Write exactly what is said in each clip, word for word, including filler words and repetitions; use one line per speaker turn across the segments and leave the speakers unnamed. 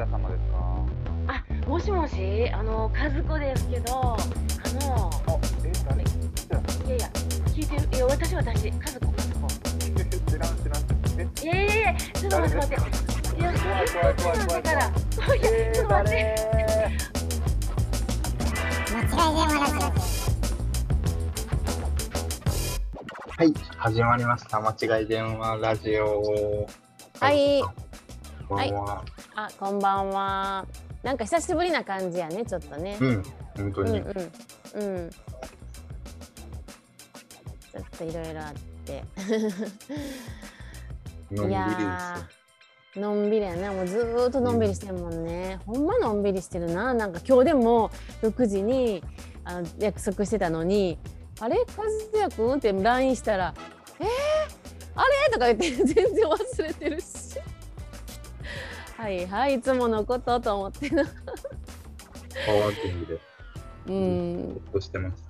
屋様ですか？
あ、もしもし、あの和子ですけど、あの、
あ、え、誰？
いやいや、聞いてる、いや、私、私、和子、和子。
知らん、知らん。え、
いやいやいや、ちょっと待って、待って。いや、
怖い、怖い、怖い、怖い、怖い。
だから、いや、ちょっと待って。
間違い電話ラジオ。
はい、始まりました。間違い電話ラジオ。
はい。
こんばんは。
あ、こんばんは。なんか久しぶりな感じやね、ちょっとね。
うん、本当に。
うん、うん、うん。ちょっといろいろあって。
のんびりですよ。
いやー、のんびりやな、もうずーっとのんびりしてるもんね、うん、ほんまのんびりしてるな。なんか今日でもろくじにあの約束してたのに、あれ和也くんって ライン したら、えー、あれとか言って全然忘れてるしはいはい、いつものことと思ってな
パワーティングで
うん
ほっとしてます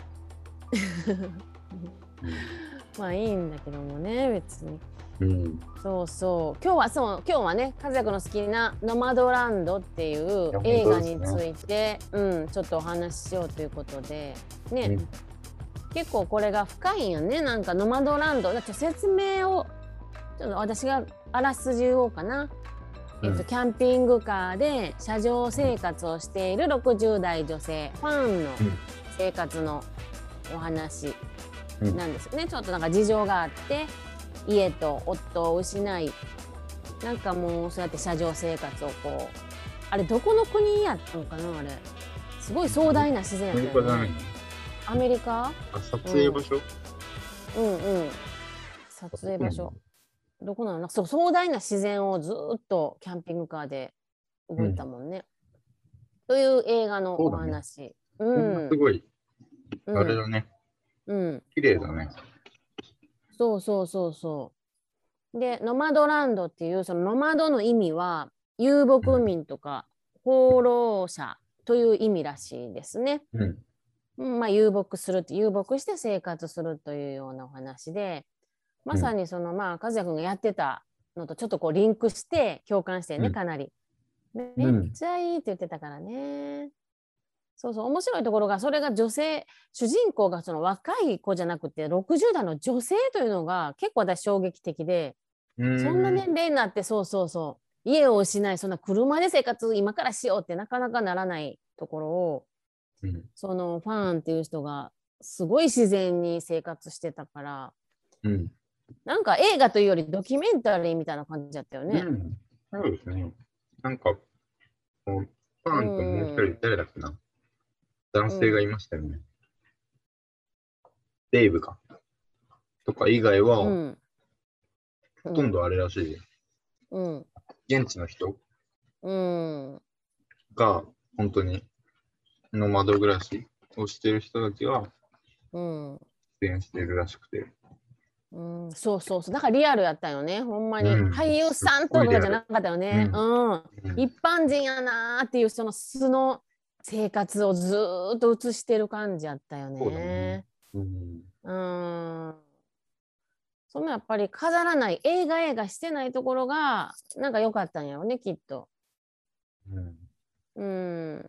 まあいいんだけどもね、別に。
うん、
そうそう、今日はそう今日はね、和也くんの好きなノマドランドっていう映画について、ね、うん、ちょっとお話ししようということでね、うん、結構これが深いんよね。なんかノマドランドだって説明をちょっと私があらすじ言おうかな。うん、えっと、キャンピングカーで車上生活をしているろくじゅう代女性ファンの生活のお話なんですよね。ちょっとなんか事情があって家と夫を失い、なんかもうそうやって車上生活をこう、あれどこの国やったのかな、あれすごい壮大な自然やったよね。アメリカ？
あ、撮影場所？
うん、うんうん、撮影場所どこなの？そう、壮大な自然をずっとキャンピングカーで動いたもんね、うん、という映画のお話。う、ね、うん、
すごいあれだね、
うん、
綺麗だね。
そうそうそうそう。で、ノマドランドっていうそのノマドの意味は遊牧民とか放浪者という意味らしいですね。うん、まあ遊牧するって遊牧して生活するというようなお話で、まさにその、まあ和也くんがやってたのとちょっとこうリンクして共感してね、かなり、うん、めっちゃいいって言ってたからね。そうそう、面白いところがそれが女性、主人公がその若い子じゃなくてろくじゅう代の女性というのが結構私衝撃的で、そんな年齢になって、そうそうそう、家を失いそんな車で生活今からしようってなかなかならないところを、うん、そのファンっていう人がすごい自然に生活してたから、うん、なんか映画というよりドキュメンタリーみたいな感じだったよね。
うん、そうですね。なんかファンともう一人誰だっけな、うん、男性がいましたよね。うん、デイブかとか以外は、うん、ほとんどあれらしいよ。うん、現地の人、うん、が本当にノマド暮らしをしてる人たちが出演してるらしくて、
うん、そうそうそう、だからリアルやったよね、ほんまに、うん、俳優さんとかじゃなかったよね、うん、うん、一般人やなーっていうその素の生活をずーっと映してる感じやったよね。そうだね、うん、うん、そのやっぱり飾らない映画映画してないところがなんか良かったんやろね、きっと。うん、うん、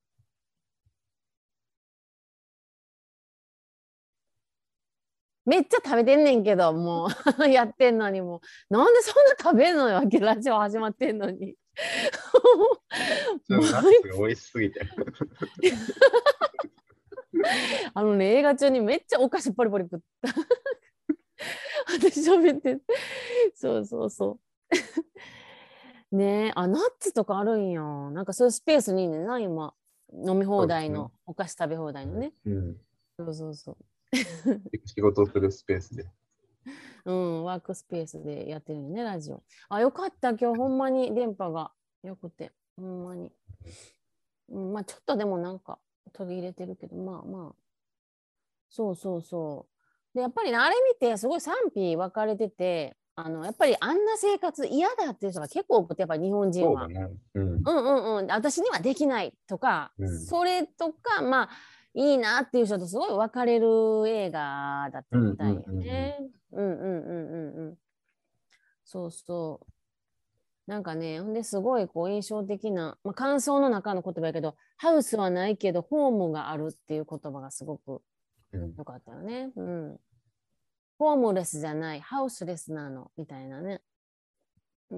めっちゃ食べてんねんけど、もうやってんのにもうなんでそんな食べんのよ、ラジオ始まってんのに
ナッツが美味しすぎて
あのね、映画中にめっちゃお菓子ポリポリ食った私喋ってそうそうそうねえ、あ、ナッツとかあるんや。なんかそういうスペースにいいねんな、今。飲み放題の、ね、お菓子食べ放題のね。うん、そうそうそう。
仕事をするスペースで。
うん、ワークスペースでやってるよね、ラジオ。あ、よかった、今日ほんまに電波がよくて、ほんまに。うん、まあちょっとでもなんか途切れてるけど、まあまあ。そうそうそう。で、やっぱり、ね、あれ見てすごい賛否分かれてて、あのやっぱりあんな生活嫌だっていう人が結構多くて、やっぱり日本人は。そうだね。うん、うんうんうん、私にはできないとか、うん、それとか、まあいいなっていう人とすごい分かれる映画だったみたいよね。うんうんうんうんうん。そうそう。 なんかね、ほんですごいこう印象的な、まあ、感想の中の言葉やけど、ハウスはないけどホームがあるっていう言葉がすごく良かったよね。うん。ホームレスじゃない、ハウスレスなの、みたいなね。うん。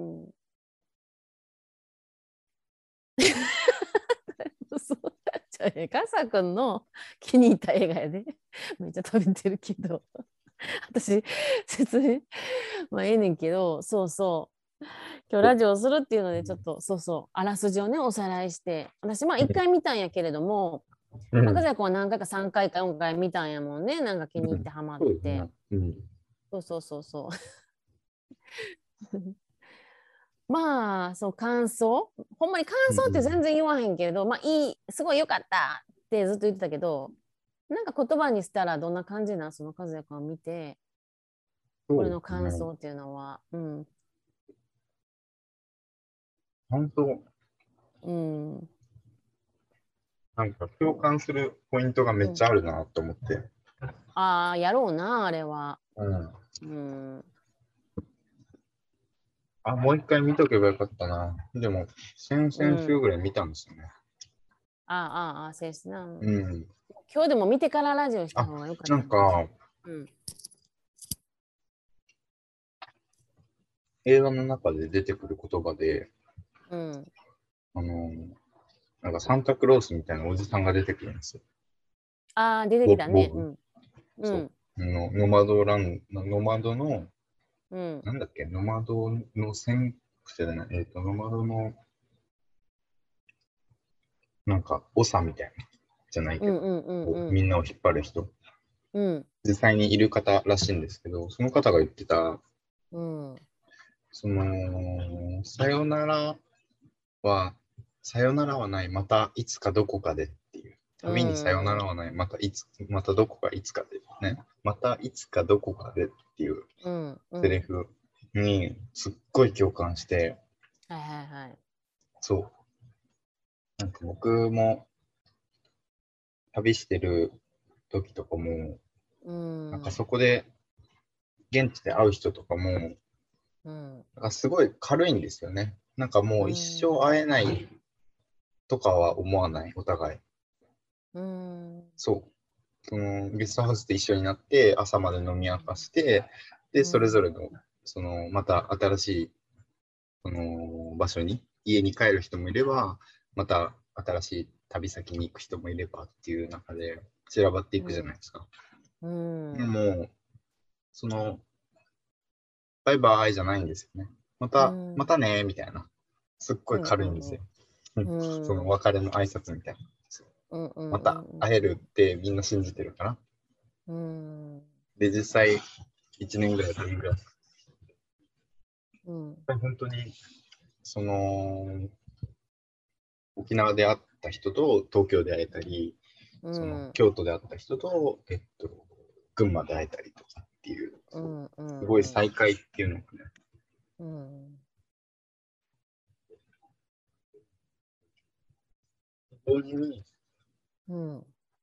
そうじゃあ、かさくんの気に入った映画やで。めっちゃ食べてるけど。私、説明、まあええねんけど、そうそう。今日ラジオするっていうので、ちょっと、そうそう、あらすじをね、おさらいして、私、まあ一回見たんやけれども、うん、まあ、和也君は何回かさんかいかよんかい見たんやもんね、なんか気に入ってハマって。うん、そうそうそうそう。まあ、そう、感想ほんまに感想って全然言わへんけど、うん、まあいい、すごい良かったってずっと言ってたけど、なんか言葉にしたらどんな感じな、その和也君を見て、これの感想っていうのは。うん。
本当、
うん。
なんか共感するポイントがめっちゃあるなと思って。うん、
ああ、やろうな、あれは。
うん。
うん。
あ、もう一回見とけばよかったな。でも、先々週ぐらい見たんですよね。うん、
ああ、ああ、そうですな。
うん。
今日でも見てからラジオした方がよかった。
なんか、
うん、
映画の中で出てくる言葉で、
うん、
あの、なんかサンタクロースみたいなおじさんが出てくるんですよ。
ああ、出てきたね。うん。
そう。のノマドラン、ノマドの、うん、なんだっけ、ノマドの先駆者じゃない、えっ、ー、と、ノマドの、なんか、長みたいな、じゃないけど、みんなを引っ張る人、うん、実際にいる方らしいんですけど、その方が言ってた、うん、その、さよならは、さよならはない、またいつかどこかでっていう。旅にさよならはない、またいつ、またどこかいつかでね。またいつかどこかでっていうセリフにすっごい共感して。
はいはいはい。
そう。なんか僕も旅してる時とかも、うん、なんかそこで現地で会う人とかも、うん、なんかすごい軽いんですよね。なんかもう一生会えないとかは思わない、お互い。うん、そう。そのゲストハウスで一緒になって朝まで飲み明かして、で、それぞれの、その、また新しい、その場所に、家に帰る人もいれば、また新しい旅先に行く人もいればっていう中で散らばっていくじゃないですか。うん、でも、その、バイバイじゃないんですよね。また、うん、またねみたいな。すっごい軽いんですよ。うんうん、その別れの挨拶みたいな。うんうんうん、また会えるってみんな信じてるから。うん、で、実際、いちねんぐらい、にねんぐらい。うん、本当に、その、沖縄で会った人と東京で会えたり、うん、その京都で会った人と、えっと、群馬で会えたりとかっていう、うんうん、すごい再会っていうのがね。うん、同時に、うん、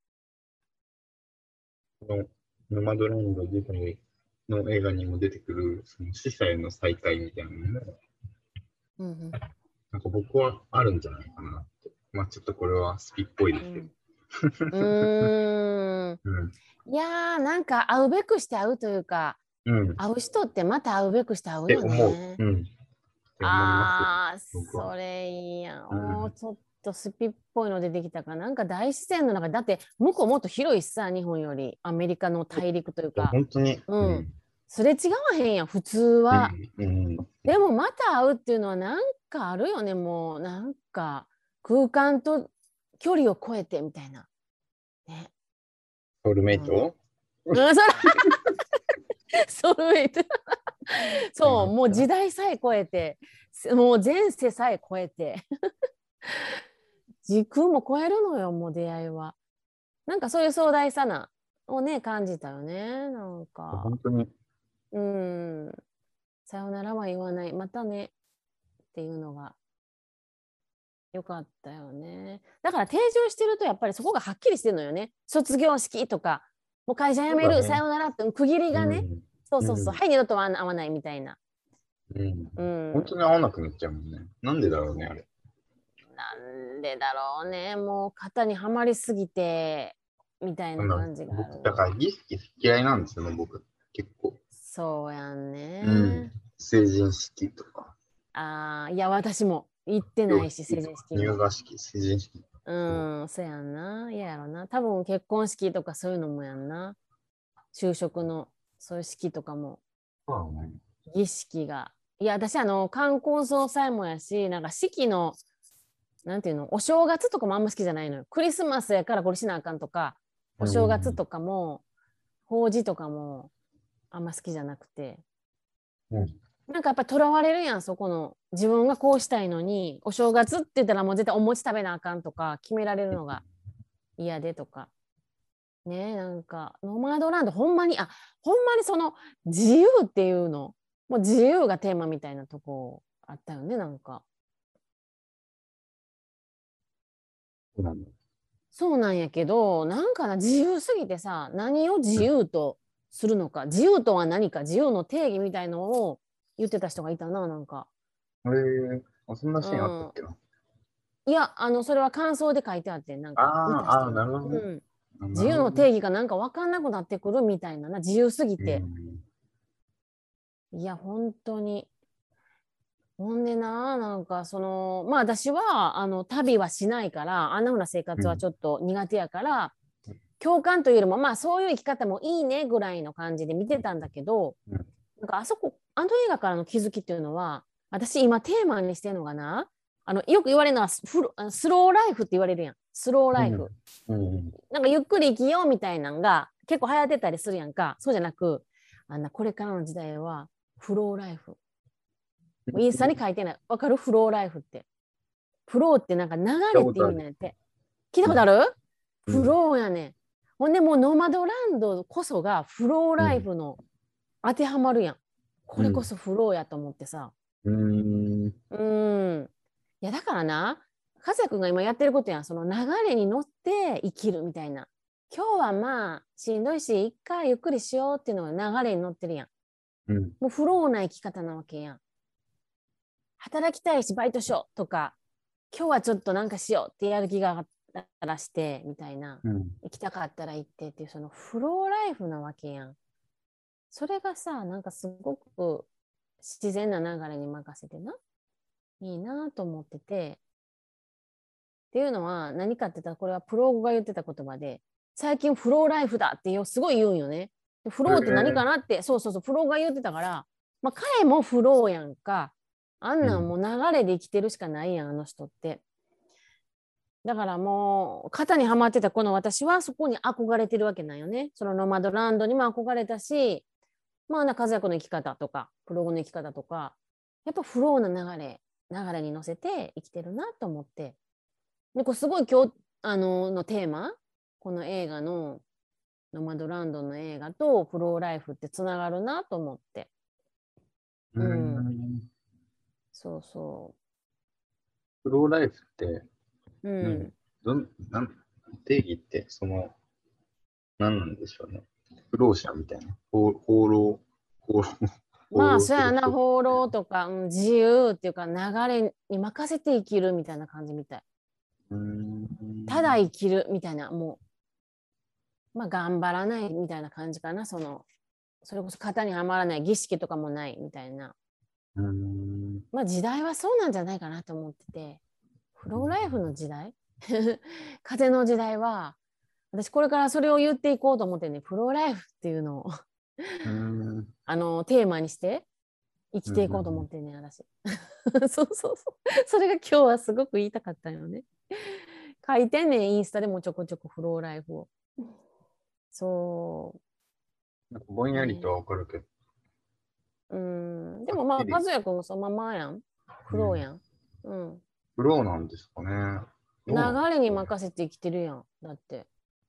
このノマドランド自体の映画にも出てくる、その死者への再会みたいなのも、うんうん、なんか僕はあるんじゃないかなって。まあちょっとこれは好きっぽいですけど。
うん、うん、いやーなんか会うべくして会うというか、うん、会う人ってまた会うべくして会うよね。うん、ああ、それいいやん。うん、おちょっとスピっぽいの出てきたかなんか大自然の中だって向こうもっと広いしさ、日本よりアメリカの大陸というか。
本当に。
うん。うん、すれ違わへんやん普通は、うんうん、でもまた会うっていうのはなんかあるよね。もうなんか空間と距離を超えてみたいなね。
ソウルメイト、
うん、そソウルメイトそう、もう時代さえ超えてもう前世さえ超えて時空も超えるのよ、もう出会いは。なんかそういう壮大さなをね感じたよね。なんか
本当に、
うん、さよならは言わない、またねっていうのがよかったよね。だから定住してるとやっぱりそこがはっきりしてるのよね。卒業式とかもう会社辞める、ね、さよならって区切りがね、うん、そうそうそう、うん、はい二度と会わないみたいな。
うん。うん、本当に合わなくなっちゃうもんね。なんでだろうね、あれ。
なんでだろうね。もう型にはまりすぎて、みたいな感じがある。
だから儀式嫌いなんですよね、僕。結構。
そうやんね。う
ん。成人式とか。
ああ、いや、私も行ってないし、成人式も。
入学式、成人式。
うん、そうやんな。嫌やろな。多分結婚式とかそういうのもやんな。就職のそういう式とかも。
そうね。
儀式が。いや、私、あの、冠婚葬祭もやし、なんか式の、なんていうの、お正月とかもあんま好きじゃないのよ。クリスマスやからこれしなあかんとか、お正月とかも、法事とかもあんま好きじゃなくて。うん、なんかやっぱとらわれるやん、そこの。自分がこうしたいのに、お正月って言ったらもう絶対お餅食べなあかんとか、決められるのが嫌でとか。ねえ、なんか、ノマドランド、ほんまに、あ、ほんまにその、自由っていうの、もう自由がテーマみたいなとこあったよね、なんか。
そうなんだ。
そうなんやけど、なんかな、自由すぎてさ、何を自由とするのか、自由とは何か、自由の定義みたいのを言ってた人がいたな、なんか。
へえー、あ、そんなシーンあったっけな。
いや、あの、それは感想で書いてあって、なんか、見た人
ああ、なるほど、ね。
うん自由の定義がなんか分かんなくなってくるみたいなな、自由すぎて。うん、いや、本当に。ほんでな、なんかその、まあ私は、あの、旅はしないから、あんなふうな生活はちょっと苦手やから、うん、共感というよりも、まあそういう生き方もいいねぐらいの感じで見てたんだけど、うん、なんかあそこ、あの映画からの気づきっていうのは、私今テーマにしてるのがな、あのよく言われるのはススローライフって言われるやん。スローライフ。うんうん、なんかゆっくり生きようみたいなのが結構流行ってたりするやんか。そうじゃなく、あんなこれからの時代はフローライフ。インスタに書いてない。わかる？フローライフって。フローってなんか流れって意味なんやって。聞いたことある？うん、フローやねん。ほんでもうノマドランドこそがフローライフの当てはまるやん。これこそフローやと思ってさ。うん。うん。いやだからな、和也くんが今やってることやん。その流れに乗って生きるみたいな。今日はまあしんどいし、一回ゆっくりしようっていうのが流れに乗ってるやん。うん、もうフローな生き方なわけやん。働きたいしバイトしようとか、今日はちょっとなんかしようってやる気があったらしてみたいな、うん、行きたかったら行ってっていうそのフローライフなわけやん。それがさ、なんかすごく自然な流れに任せてな、いいなと思ってて。っていうのは何かって言ったら、これはプロが言ってた言葉で、最近フローライフだってすごい言うんよね。フローって何かなって、そうそうそう、プロが言ってたから、まあ彼もフローやんか。あんなんもう流れで生きてるしかないやん、あの人って。だからもう型にはまってたこの私はそこに憧れてるわけなんよね。そのノマドランドにも憧れたし、まあな和也の生き方とかプログの生き方とか、やっぱフローな流れ流れに乗せて生きてるなと思って、でこれすごい今日あののテーマ、この映画のノマドランドの映画とフローライフってつながるなと思って。うん。うんそうそう。
フローライフって、うん、どんなん定義ってその何なんでしょうね。フロー者みたいな。放浪、放浪。
まあそうやな、放浪とか、うん、自由っていうか流れに任せて生きるみたいな感じみたい。うんただ生きるみたいな、もうまあ頑張らないみたいな感じかな。そのそれこそ型にはまらない儀式とかもないみたいな。うんまあ時代はそうなんじゃないかなと思ってて、フローライフの時代風の時代は私これからそれを言っていこうと思ってね、フローライフっていうのをうんあのテーマにして生きていこうと思ってね、私そうそうそうそれが今日はすごく言いたかったよね。書いてんねん、インスタでもちょこちょこフローライフを。そう
なんかぼんやりとはわかるけど、
うん、でもまあ和也くんもそのままやん、フローやん、うん、
フローなんですかね。
流れに任せて生きてるやん、だって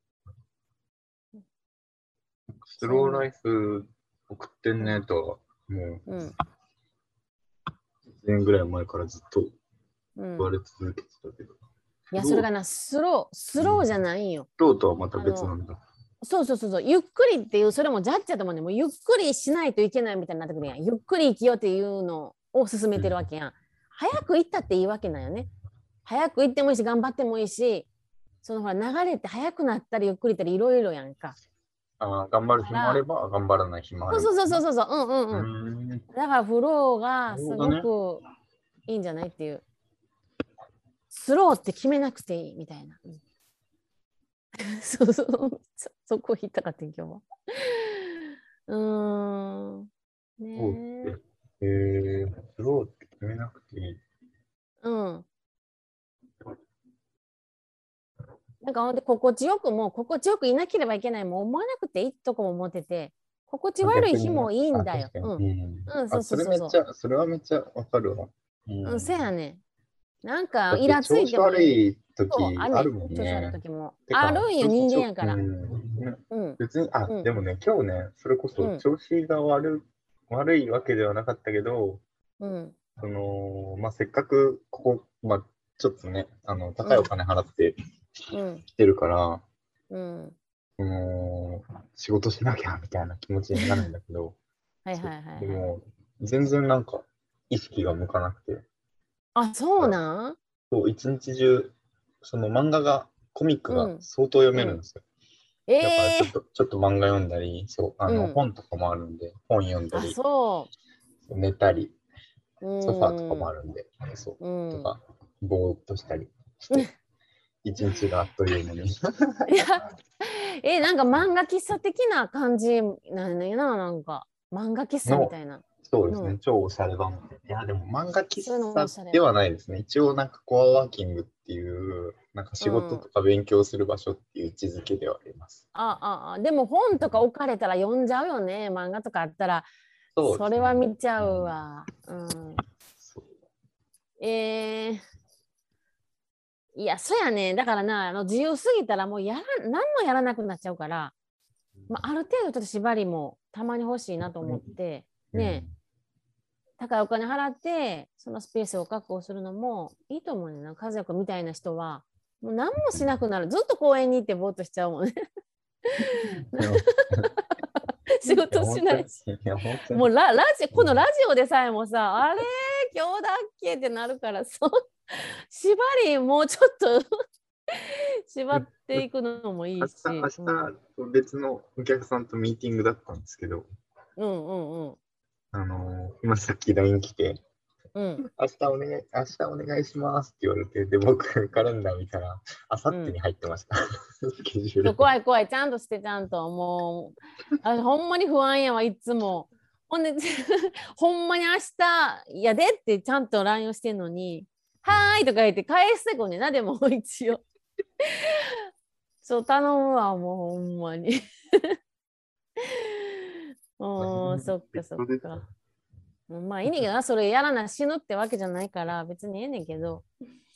スローライフ送ってんねとは、もう、うん、いちねんぐらい前からずっと言われ続けてたけど。うん、
いや、それがな、スロー、スローじゃないよ。
スローとはまた別なんだ。
そうそうそうそう、ゆっくりっていう、それもジャッジだと思うね。もうゆっくりしないといけないみたいになってくるやん。ゆっくり生きようっていうのを進めてるわけやん。早く行ったっていいわけなんよね。早く行ってもいいし、頑張ってもいいし、そのほら流れって早くなったりゆっくり行ったりいろいろやんか。
ああ、頑張る日もあれば、頑張らない日もある。
そうそうそうそうそう、うんうんうん。だからフローがすごくいいんじゃないっていう。スローって決めなくていいみたいな。そうそう、そ、そこ引ったかって今日は。うーん。ね
え。へえ、スローって決めなくていい。
うん。なんかほんで心地よくも心地よくいなければいけないも思わなくていいとこも思ってて、心地悪い日もいいんだよ。うん。うん、そうそうそうそう。
それめっちゃ、それはめっちゃわかるわ。
うん、せやね。なんかイラついても
いい時あるもんね。
調子悪い時もあるんよ、人間やから。
別に、あ、でもね、今日ね、それこそ調子が悪悪いわけではなかったけど、うん、その、まあ、せっかくここ、まあ、ちょっとね、あの、高いお金払って来てるから、うん、その、仕事しなきゃみたいな気持ちになるんだけど、
はいはいはい、はい。
でも、全然なんか、意識が向かなくて。
あ、そうなん？
そう、一日中、その漫画が、コミックが相当読めるんですよ。うんうん、だからちょっと、えー、ちょっと漫画読んだり、そう、あの、うん、本とかもあるんで、本読んだり、そう寝たり、ソファーとかもあるんで、そう、うん、とか、ぼーっとしたりして、一日があっという間に。いや、
え、なんか漫画喫茶的な感じなんだよな、なんか、漫画喫茶みたいな。
そうですね、うん、超おしゃれ版。いや、でも漫画喫茶ではないですね。一応なんかコアワーキングっていう、なんか仕事とか勉強する場所っていう位置づけではあります。
うん、ああ、でも本とか置かれたら読んじゃうよね。漫画とかあったら、そ, ね、それは見ちゃうわ。うん。うん、えー、いや、そうやね。だからな、あの自由すぎたらもうやら何もやらなくなっちゃうから、まあ、ある程度ちょっと縛りもたまに欲しいなと思って、ね、うん、高いお金払ってそのスペースを確保するのもいいと思うねんな。家族みたいな人はもう何もしなくなる。ずっと公園に行ってぼーっとしちゃうもんね。仕事しないし。もうララジこのラジオでさえもさ、あれ今日だっけってなるから、そう縛りもうちょっと縛っていくのもいいし。
明日、明日別のお客さんとミーティングだったんですけど、
うんうんうん。
あのー、今さっき ライン 来て、うん、明日お願い、明日お願いしますって言われて、で、僕、カレンダー見たら、あさってに入ってました。うん、スケジュール。
怖い怖い、ちゃんとして、ちゃんと。もう、あほんまに不安やわ、いつも。ほんで、ほんまに明日やでってちゃんと ライン をしてんのに、はーいとか言って返してこねな、でも一応。そう、頼むわ、もうほんまに。おー、そっかそっか。まあいいねんけどな、それやらな死ぬってわけじゃないから別にええねんけど。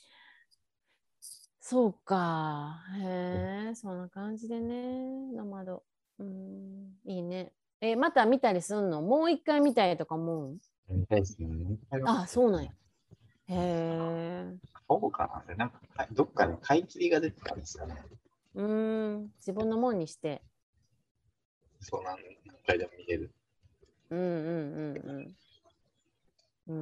そうか。へえ、そんな感じでね、生戸。うん、いいね。え、また見たりすんの？もう一回見たいとかも？
見たいですね。
あ、そうなんや。へえ。
そうかな。なんかどっかで買い切りが出てたんですよね。
うん、自分のもんにして。
そうなん、何回でも見れる。
うんうんうんうん。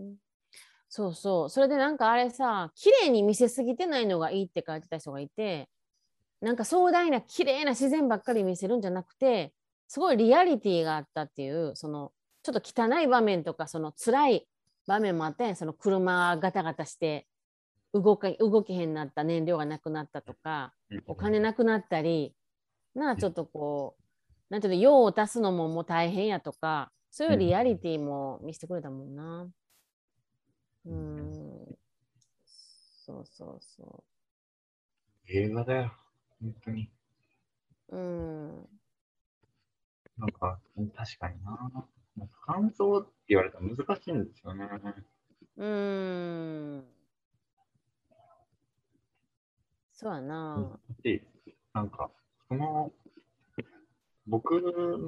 うん。そうそう。それでなんかあれさ、綺麗に見せすぎてないのがいいって書いてた人がいて、なんか壮大な綺麗な自然ばっかり見せるんじゃなくて、すごいリアリティがあったっていう、そのちょっと汚い場面とか、その辛い場面もあって、その車ガタガタして動か動けへんなった、燃料がなくなったとか、お金なくなったり、なあちょっとこう、なんていうの、用を足すのももう大変やとか、そういうリアリティも見せてくれたもんな。うん。そうそうそ
う。映画だよ。本当に。
うん。
なんか、確かにな。感想って言われたら難しいんですよね。
うん。そうやな。
で、なんか、その、僕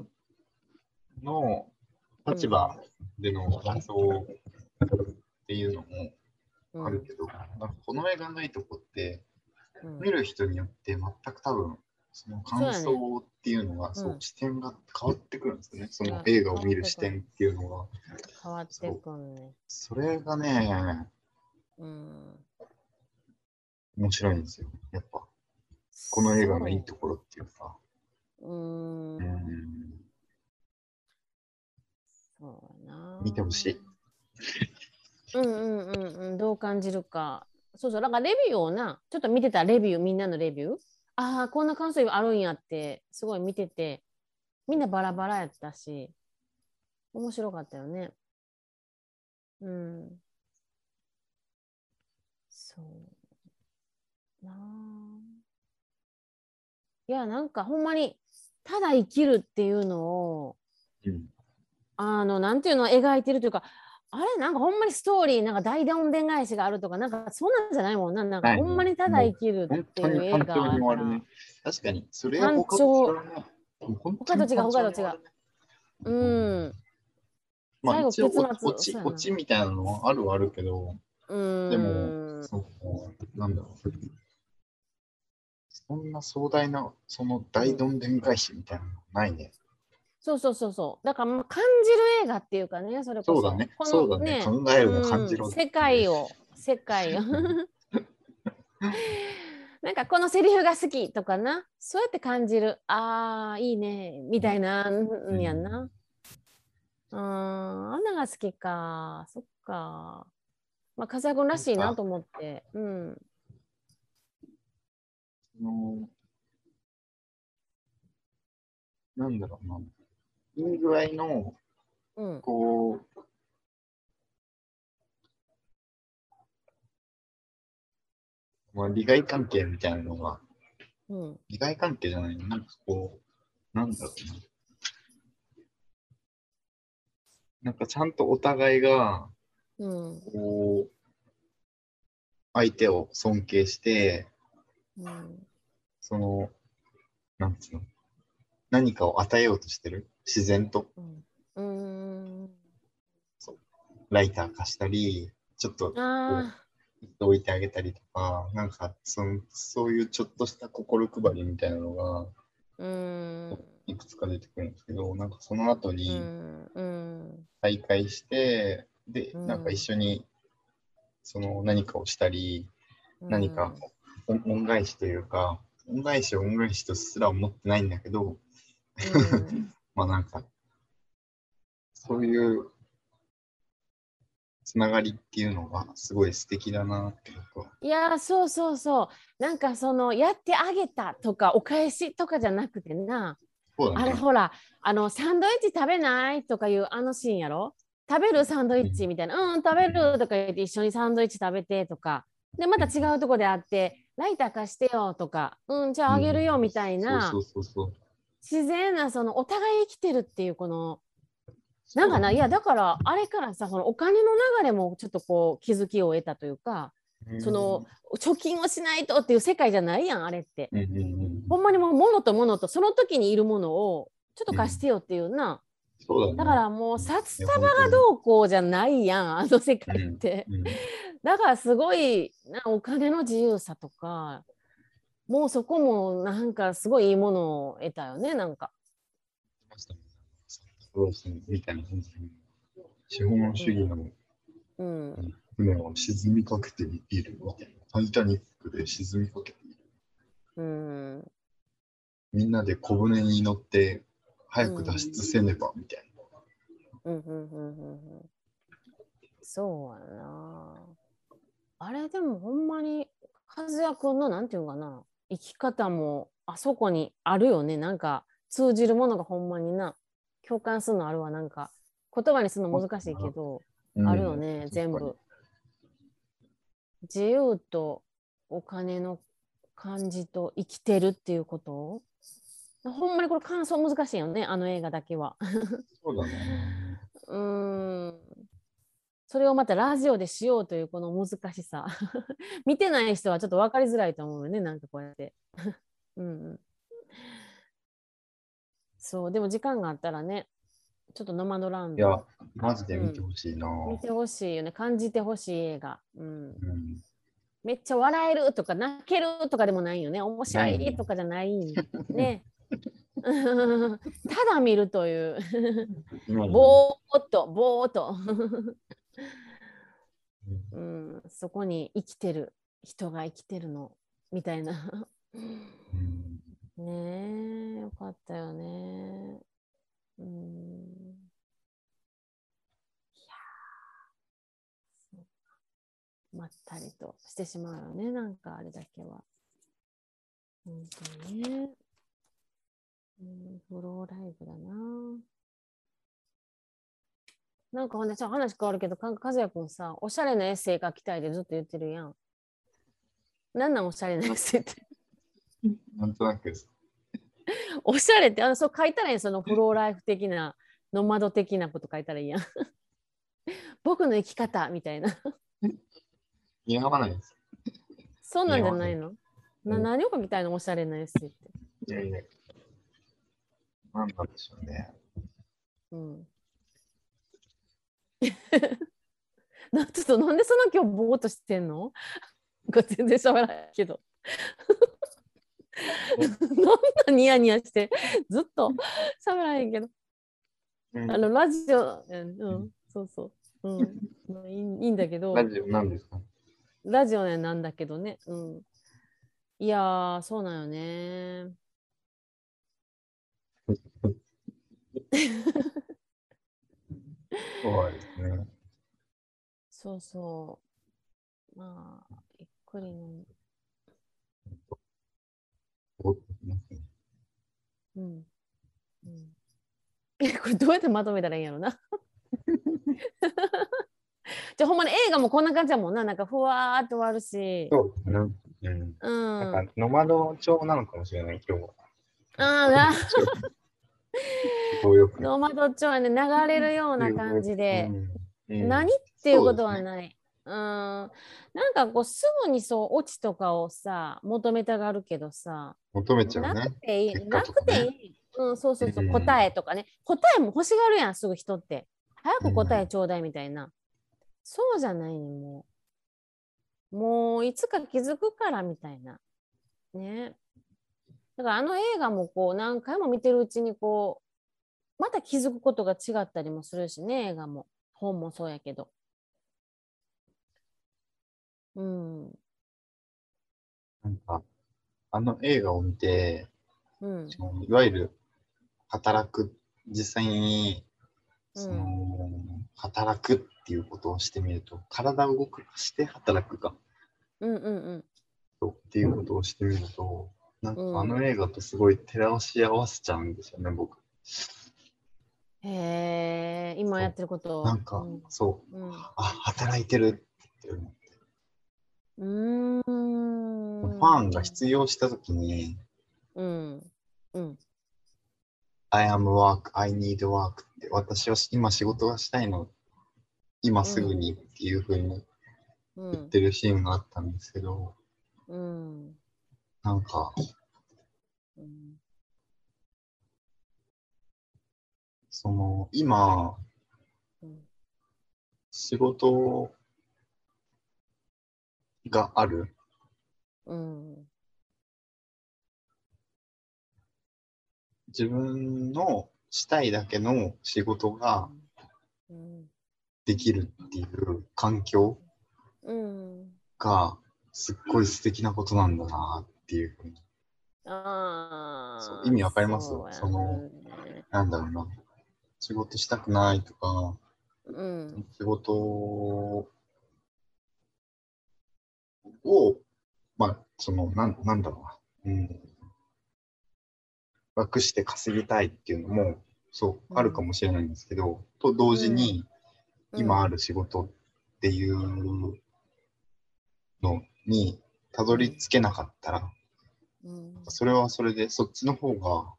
の立場での感想っていうのもあるけど、うん、なんかこの映画のいいとこって、うん、見る人によって全く多分その感想っていうのが、そう、ね、そう視点が変わってくるんですね。その映画を見る視点っていうのが。
変わってくるね。
それがね、うん、面白いんですよ。やっぱ、この映画のいいところっていうか。うーん。うん、
そうやな。
見てほしい。
うんうんうんうん、どう感じるか。そうそう、だからレビューをな、ちょっと見てたレビュー、みんなのレビュー。ああ、こんな感想あるんやって、すごい見てて、みんなバラバラやったし、面白かったよね。うん。そうなあ。いや、なんかほんまに、ただ生きるっていうのを、うん、あの、なんていうのを描いてるというか、あれなんかほんまにストーリー、なんか大どんでん返しがあるとか、なんかそんなんじゃないもんな。なんかほんまにただ生きるっていう映画だから。
ね、確かに、それは他と違うね。
他と違う、他と違う。うん。
まあ、最後結末落ち、落ちみたいなのはあるはあるけど、うんでも、そうなんだろう。そんな壮大な、その大どんでん返しみたいなのないね。
そうそうそうそう。だから、まあ、感じる映画っていうかね、それこそ。
そうだね。このそうだね。考えるの感じろ、
うん。世界を、世界を。なんかこのセリフが好きとかな、そうやって感じる。ああ、いいね、みたいなんやんな。うん、あんなが好きか。そっか。まあ、風谷君らしいなと思って。うん。
のなんだろうな。いい具合の、うん、こう、まあ、利害関係みたいなのが、うん、利害関係じゃないの、なんかこう、なんだろうな。なんかちゃんとお互いが、うん、こう、相手を尊敬して、うん、その、なんつうの、何かを与えようとしてる、自然と。うん、うん、そう、ライター貸したり、ちょっとこう置いてあげたりとか、なんかそのそういうちょっとした心配りみたいなのが、うん、いくつか出てくるんですけど、なんかその後に再会して、で、なんか一緒にその何かをしたり、何か恩返しというか、恩返しを恩返しとすら思ってないんだけど、まあなんか、そういうつながりっていうのがすごい素敵だなって僕は。
いやそうそうそう。なんかそのやってあげたとかお返しとかじゃなくてな。ね、あれほらあのサンドイッチ食べないとかいうあのシーンやろ。食べるサンドイッチみたいな、うん、うん、食べるとか言って一緒にサンドイッチ食べてとか。でまた違うとこであってライター貸してよとか、うん、じゃああげるよみたいな、自然なそのお互い生きてるっていうこのなんかないやだからあれからさそのお金の流れもちょっとこう気づきを得たというか、その貯金をしないとっていう世界じゃないやんあれって、うんうんうん、ほんまにもう物と物とその時にいるものをちょっと貸してよっていうな、うん、そうだね、だからもう札束がどうこうじゃないやんあの世界って、うんうん、だからすごいなお金の自由さとかもうそこもなんかすごいいいものを得たよねなんか。
みたいな感じで資本主義の船を沈みかけているみたいな、タイタニックで沈みかけている、うん、みんなで小舟に乗って早く脱出せねばみたいな、うんうんうんうんうん、
そうやなあれでもほんまに和也くんのなんていうかな生き方もあそこにあるよね、なんか通じるものがほんまにな共感するのあるわ、なんか言葉にするの難しいけど、うん、あるよね全部。自由とお金の感じと生きてるっていうことほんまにこれ感想難しいよねあの映画だけは。
そうだね。
うーんそれをまたラジオでしようというこの難しさ見てない人はちょっと分かりづらいと思うよねなんかこうやって、うん、そうでも時間があったらねちょっとノマドランド、
いやマジで見てほしいな、
うん、見てほしいよね感じてほしい映画、うんうん、 めっちゃ笑えるとか泣けるとかでもないよね。面白いとかじゃないね。ただ見るというぼーっとぼーっと、うん、そこに生きてる人が生きてるのみたいなねえ、よかったよね。うん、いやまったりとしてしまうよね、なんかあれだけは。本当にね。うん、フローライブだな。なんかほんで、ちょっと話変わるけど、か和也くんさ、おしゃれなエッセイ書きたいでずっと言ってるやん。なんなんおしゃれなエッセイって。
なんとなくです。
おしゃれって、あのそう書いたらいい、そのフローライフ的な、ノマド的なこと書いたらいいやん。僕の生き方みたいな。
似合わないです。
そうなんじゃないの？な、何を書きたいのおしゃれなエッセイって。
いやいや。なんなんでしょうね。
うん。なちょっとなんでその今日ぼーっとしてんの？全然喋らないけど。なんだニヤニヤしてずっと喋らへんけど。うん、あのラジオ、うん、そうそう。うん、いい、いいんだけど。
ラジオなんですか？
ラジオねなんだけどね。うん。いやー、そうなんよね。
そうですね。
そうそう。まあ、ゆっくりの。うん。うん。これどうやってまとめたらいいんやろな。じゃあほんまに映画もこんな感じだもんな。なんかふわーって終わるし。
そうですね。うん。うん、なんかノマド調なのかもしれない、今日は。ああ。
ノマド調はね、流れるような感じで。うんうん、何っていうことはない。うん、なんかこうすぐにそうオチとかをさ求めたがるけどさ、
求めちゃうね。
なくていい、ね、なくていい。うん、そうそうそう、うん、答えとかね。答えも欲しがるやん、すぐ人って。早く答えちょうだいみたいな。うん、そうじゃないね、もう。もういつか気づくからみたいな。ね。だからあの映画もこう何回も見てるうちにこう、また気づくことが違ったりもするしね、映画も。本もそうやけど。うん。
なんか、あの映画を見て、
うん、
いわゆる働く、実際に、その、うん、働くっていうことをしてみると、体を動かして働くか。
うんうんうん。
っていうことをしてみると、なんかあの映画とすごい照らし合わせちゃうんですよね、僕。
へえ、今やってることを。
なんか、うん、そう、うん、あ、働いてるって思って。うーん。ファンが必要したときに、うん。うん。I am work, I need work って、私は今仕事がしたいの、今すぐにっていうふうに言ってるシーンがあったんですけど、うん。なんか、うん、その、今、うん、仕事がある。うん、自分のしたいだけの仕事ができるっていう環境がすっごい素敵なことなんだなっていうふうに。あそう意味わかります？そ,、ね、その、なんだろうな。仕事したくないとか、うん、仕事を、まあ、その、なん、なんだろうな。うん。楽して稼ぎたいっていうのも、そう、あるかもしれないんですけど、うん、と同時に、今ある仕事っていうのにたどり着けなかったら、うん、それはそれでそっちの方が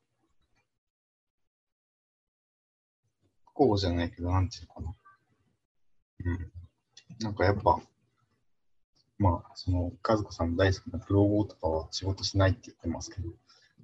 不幸じゃないけど、なんていうのかな。うん。なんかやっぱ、まあ、その、和子さん大好きなプロゴとかは仕事しないって言ってますけど、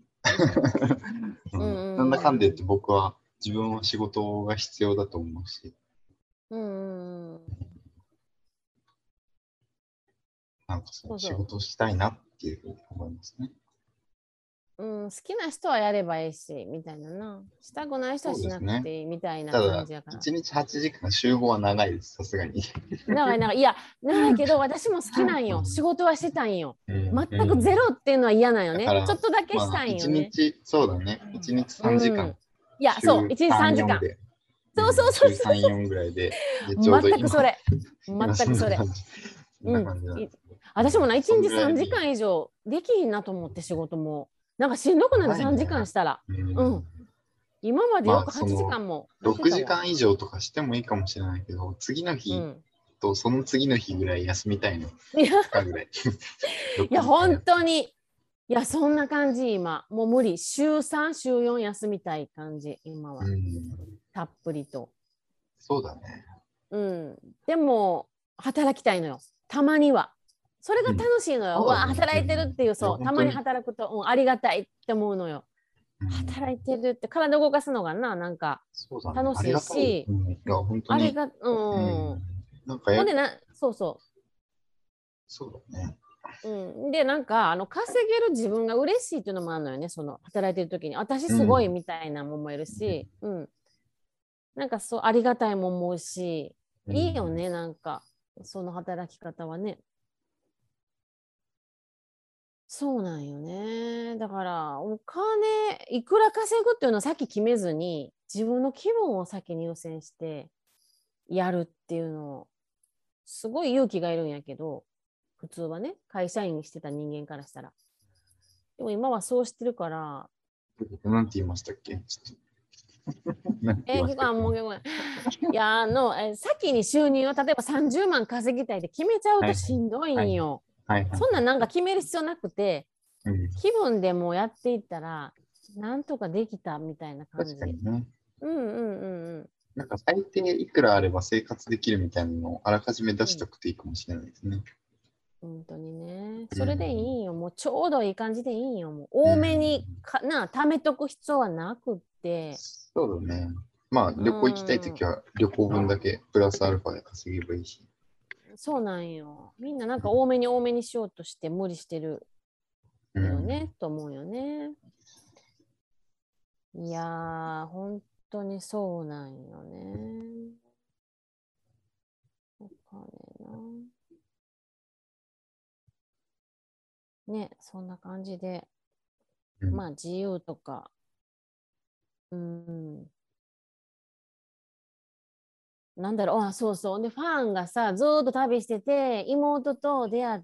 うん、なんだかんで言って僕は自分は仕事が必要だと思うし、うん、 なんかその仕事をしたいなっていうふうに思いますね。
うん、好きな人はやればいいし、みたいなな。したくない人はしなくていいみたいな感じやから。
いちにちはちじかん、週ごは長いです、さすがに。
長い長い。いや、長いけど、私も好きなんよ。仕事はしてたんよ。全くゼロっていうのは嫌なんよね。ちょっとだけしたいんよね。
いちにち、そうだね。いちにちさんじかん。い
や、そう、いちにちさんじかん。そうそうそう。
さん、よんぐらいで。
全くそれ。全くそれ。うん。私もな、いちにちさんじかん以上できひんなと思って、仕事も。なんかしんどくなる、さんじかんしたら。うん。今までよくはちじかんも。
ろくじかん以上とかしてもいいかもしれないけど、次の日とその次の日ぐらい休みたいの。い
や、本当に。いや、そんな感じ、今。もう無理。週さん、週よん休みたい感じ、今は。たっぷりと。
そうだね。
うん。でも、働きたいのよ。たまには。それが楽しいのよ。うん、わあ、働いてるっていう、そう、たまに働くと、うん、ありがたいって思うのよ。うん、働いてるって体動かすのがな、なんか楽しいし、あれが、うん。なんかほんでな、そうそう。
そうだね。
うん、で、なんか、あの、稼げる自分が嬉しいっていうのもあるのよね、その、働いてる時に。私すごいみたいなもんもいるし、うん。なんかそう、ありがたいも思うし、いいよね、なんか、その働き方はね。そうなんよね。だからお金いくら稼ぐっていうのをさっき決めずに自分の気分を先に優先してやるっていうのをすごい勇気がいるんやけど、普通はね、会社員にしてた人間からしたら。でも今はそうしてるから。
なんて言いましたっけ？
えー、あもうごめん。いやあのえ先に収入を例えばさんじゅうまん稼ぎたいって決めちゃうとしんどいんよ。はいはいはい、そんななんか決める必要なくて、うん、気分でもうやっていったらなんとかできたみたいな感じ。
確かにね。
うんうんうんうん。
なんか最低いくらあれば生活できるみたいなのをあらかじめ出しておくといいかもしれないですね。
うん、本当にね。それでいいよ。うん、もうちょうどいい感じでいいよ。もう多めにか、うん、な貯めとく必要はなくって。
そうだね。まあ旅行行きたいときは旅行分だけプラスアルファで稼げばいいし。
そうなんよ。みんななんか多めに多めにしようとして無理してるよね、うん、と思うよね。いやー、本当にそうなんよね。お金な。ね、そんな感じで、うん、まあ自由とか、うん。なんだろう、あ、そうそう。で、ファンがさ、ずっと旅してて、妹と出会って、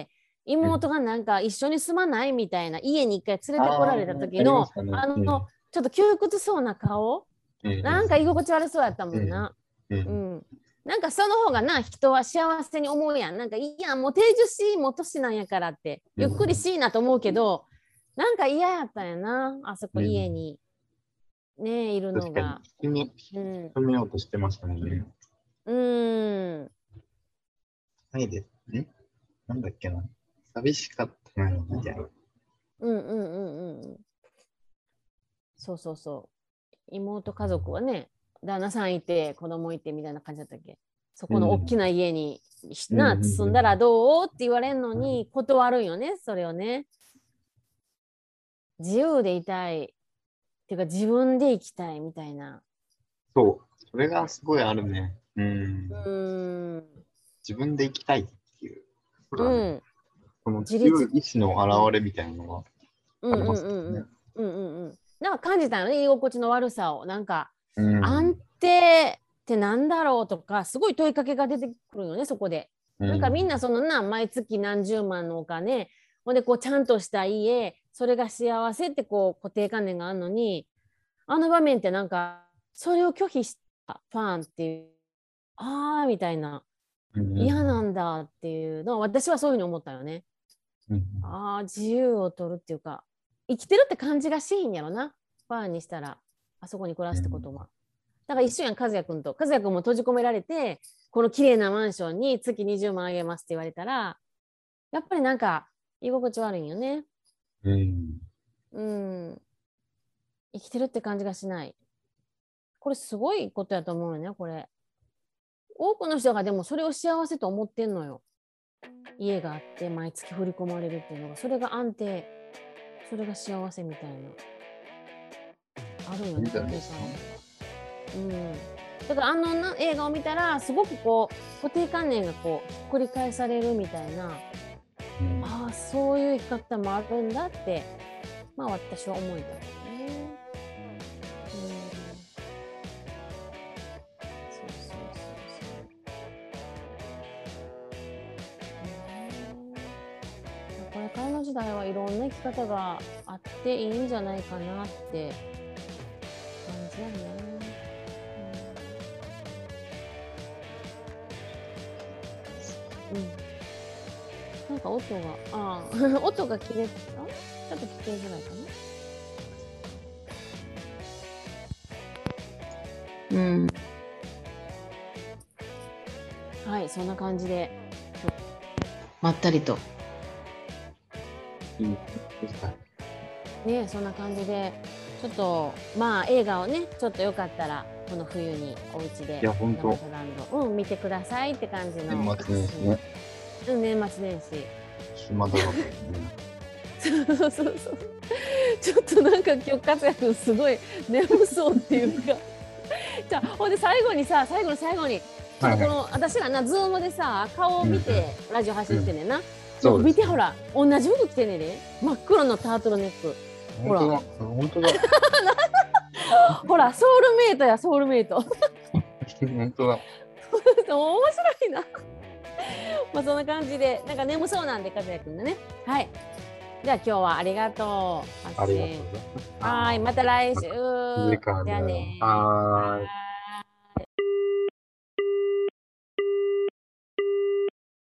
妹がなんか一緒に住まないみたいな、家に一回連れてこられた時の、あ, ね、あの、うん、ちょっと窮屈そうな顔、うん、なんか居心地悪そうやったもんな。うん。うん、なんかその方がな、人は幸せに思うやん。なんかいいやん、もう定住し、もう年なんやからって、ゆっくりしいなと思うけど、うん、なんか嫌やったんやな、あそこ家に。ね、いるのが。
決め、決めようとしてましたもんね。
うん。
ないですね。なんだっけな。寂しかったな、みたいな。
うんうんうんうん。そうそうそう。妹家族はね、旦那さんいて、子供いてみたいな感じだったっけ。そこの大きな家に、うん、な住んだらどうって言われるのに断るんよね、それをね。自由でいたい。っていうか自分で生きたいみたいな。
そう。それがすごいあるね。うん。
うん
自分で生きたいっていう。うん。この強い意志の表れみたいなのはありますね。うんうん
うん。なんか感じたよね、居心地の悪さを。なんか、うん、安定ってなんだろうとか、すごい問いかけが出てくるよね、そこで。うん、なんかみんなそのな、毎月何十万のお金、ほんでこうちゃんとした家、それが幸せってこう固定観念があるのに、あの場面ってなんか、それを拒否したファンっていう、あーみたいな、嫌なんだっていうのは、私はそういうふうに思ったよね。うん、ああ、自由を取るっていうか、生きてるって感じがしいんやろな、ファンにしたら、あそこに暮らすってことは。だから一緒やん、和也君と。和也君も閉じ込められて、この綺麗なマンションに月にじゅうまんあげますって言われたら、やっぱりなんか、居心地悪いんよね。うん。うん。生きてるって感じがしない。これすごいことやと思うよね、これ。多くの人がでもそれを幸せと思ってんのよ。 家があって毎月振り込まれるっていうのが、それが安定、それが幸せみたいなあるよね、お父さん。うん、だからあのな映画を見たらすごくこう固定観念がこう繰り返されるみたいな、うん、ああそういう生き方もあるんだって、まあ私は思いたけどね。うん、そうそうそうそう。これからの時代はいろんな生き方があっていいんじゃないかなって感じやね。うん、なんか音が、ああ、音が切れてた？ちょっと聞きづらいかな。うん。はい、そんな感じで、まったりと。ね、そんな感じで、ちょっと、まあ、映画をね、ちょっとよかったら、この冬にお家で、
いや、本当。
うん、見てくださいって感じの。
年末年始ね。
うん、年末年始。
暇だな。
そうそうそう。ちょっとなんか今日勝也くんすごい眠そうっていうか。じゃあほんで最後にさ、最後の最後にちょっとこの、はいはい、私らなズームでさ顔を見てラジオ発信してんねんな。うんうん、見てほら同じ服着てんねんで、真っ黒のタートルネック。ほら。
本当だ。
ほらソウルメイトやソウルメイト。
本当だ。
面白いな。まあそんな感じでなんか眠そうなんで勝也くんがね。はい。じゃあ今日はありがとう。
ありがとうございます。
はい、また来週。
じゃあね。はい。